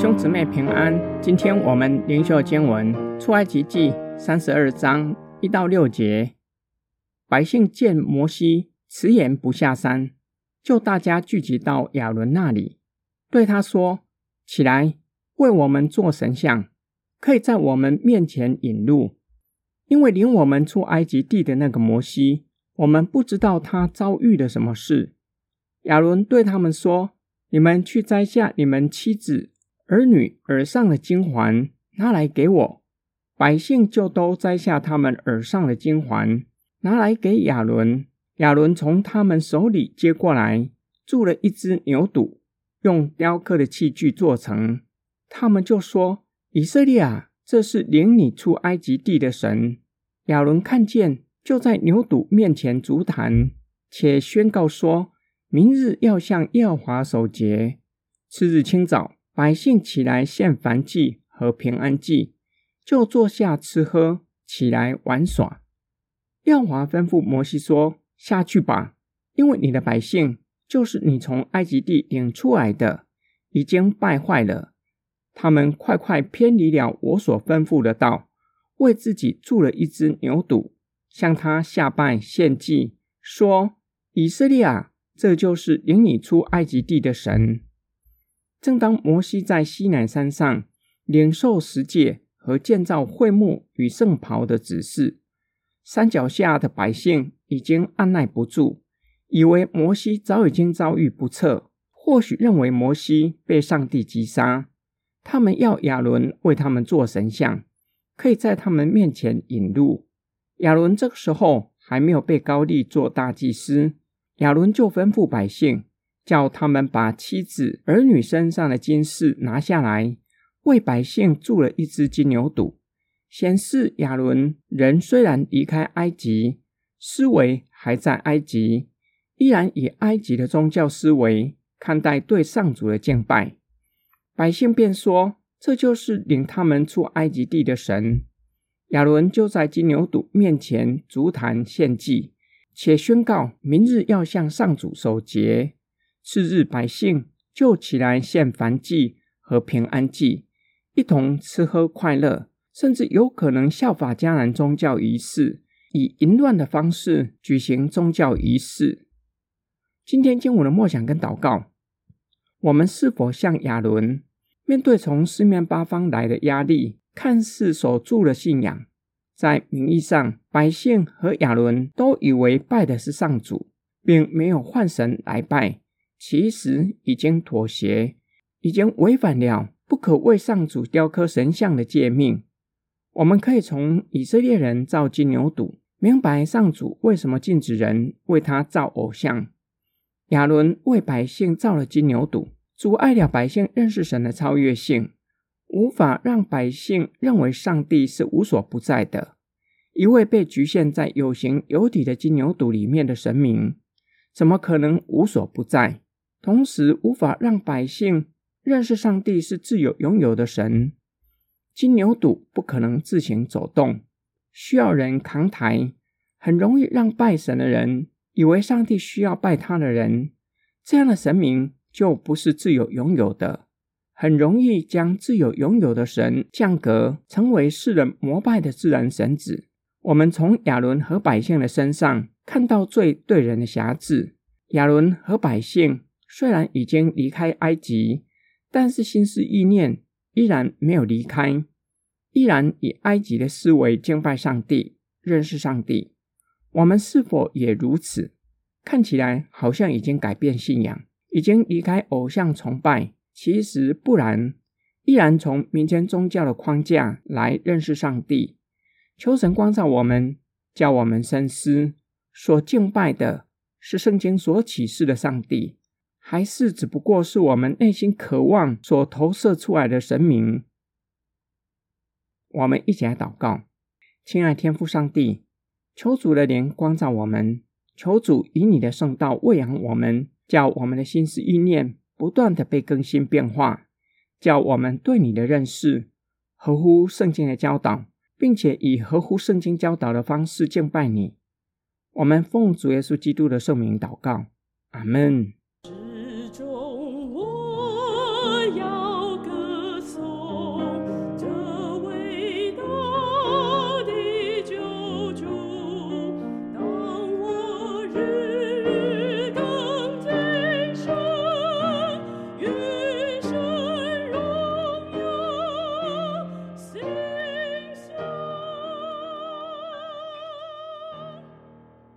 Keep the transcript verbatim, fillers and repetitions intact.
兄姊妹平安，今天我们灵修经文出埃及记三十二章一到六节。百姓见摩西迟延不下山，就大家聚集到亚伦那里，对他说：起来，为我们做神像，可以在我们面前引路。因为领我们出埃及地的那个摩西，我们不知道他遭遇了什么事。亚伦对他们说：你们去摘下你们妻子儿女耳上的金环，拿来给我。百姓就都摘下他们耳上的金环，拿来给亚伦。亚伦从他们手里接过来，铸了一只牛犊，用雕刻的器具做成。他们就说：以色列啊，这是领你出埃及地的神。亚伦看见，就在牛犊面前筑坛，且宣告说：明日要向耶和华守节。次日清早，百姓起来献燔祭和平安祭，就坐下吃喝，起来玩耍。耶和华吩咐摩西说：下去吧，因为你的百姓，就是你从埃及地领出来的，已经败坏了。他们快快偏离了我所吩咐的道，为自己铸了一只牛犊，向他下拜献祭，说：以色列啊，这就是领你出埃及地的神。正当摩西在西乃山上领受十诫和建造会幕与圣袍的指示，山脚下的百姓已经按耐不住，以为摩西早已经遭遇不测，或许认为摩西被上帝击杀。他们要亚伦为他们做神像，可以在他们面前引路。亚伦这个时候还没有被膏立做大祭司，亚伦就吩咐百姓，叫他们把妻子儿女身上的金饰拿下来，为百姓铸了一只金牛犊，显示亚伦人虽然离开埃及，思维还在埃及，依然以埃及的宗教思维看待对上主的敬拜。百姓便说：这就是领他们出埃及地的神。亚伦就在金牛犊面前筑坛献祭，且宣告明日要向上主守节。次日百姓就起来献燔祭和平安祭，一同吃喝快乐，甚至有可能效法迦南宗教仪式，以淫乱的方式举行宗教仪式。今天经文的默想跟祷告，我们是否像亚伦，面对从四面八方来的压力，看似守住了信仰？在名义上，百姓和亚伦都以为拜的是上主，并没有换神来拜，其实已经妥协，已经违反了不可为上主雕刻神像的诫命。我们可以从以色列人造金牛犊，明白上主为什么禁止人为他造偶像。亚伦为百姓造了金牛犊，阻碍了百姓认识神的超越性，无法让百姓认为上帝是无所不在的。一位被局限在有形有体的金牛犊里面的神明，怎么可能无所不在？同时无法让百姓认识上帝是自有拥有的神。金牛犊不可能自行走动，需要人扛抬，很容易让拜神的人以为上帝需要拜他的人，这样的神明就不是自有拥有的，很容易将自有拥有的神降格，成为世人膜拜的自然神子。我们从亚伦和百姓的身上看到罪对人的辖制。亚伦和百姓虽然已经离开埃及，但是心思意念依然没有离开，依然以埃及的思维敬拜上帝，认识上帝。我们是否也如此？看起来好像已经改变信仰，已经离开偶像崇拜，其实不然，依然从民间宗教的框架来认识上帝。求神光照我们，叫我们深思，所敬拜的是圣经所启示的上帝，还是只不过是我们内心渴望所投射出来的神明？我们一起来祷告。亲爱天父上帝，求主的灵光照我们，求主以你的圣道喂养我们，叫我们的心思意念不断的被更新变化，叫我们对你的认识合乎圣经的教导，并且以合乎圣经教导的方式敬拜你。我们奉主耶稣基督的圣名祷告，阿们。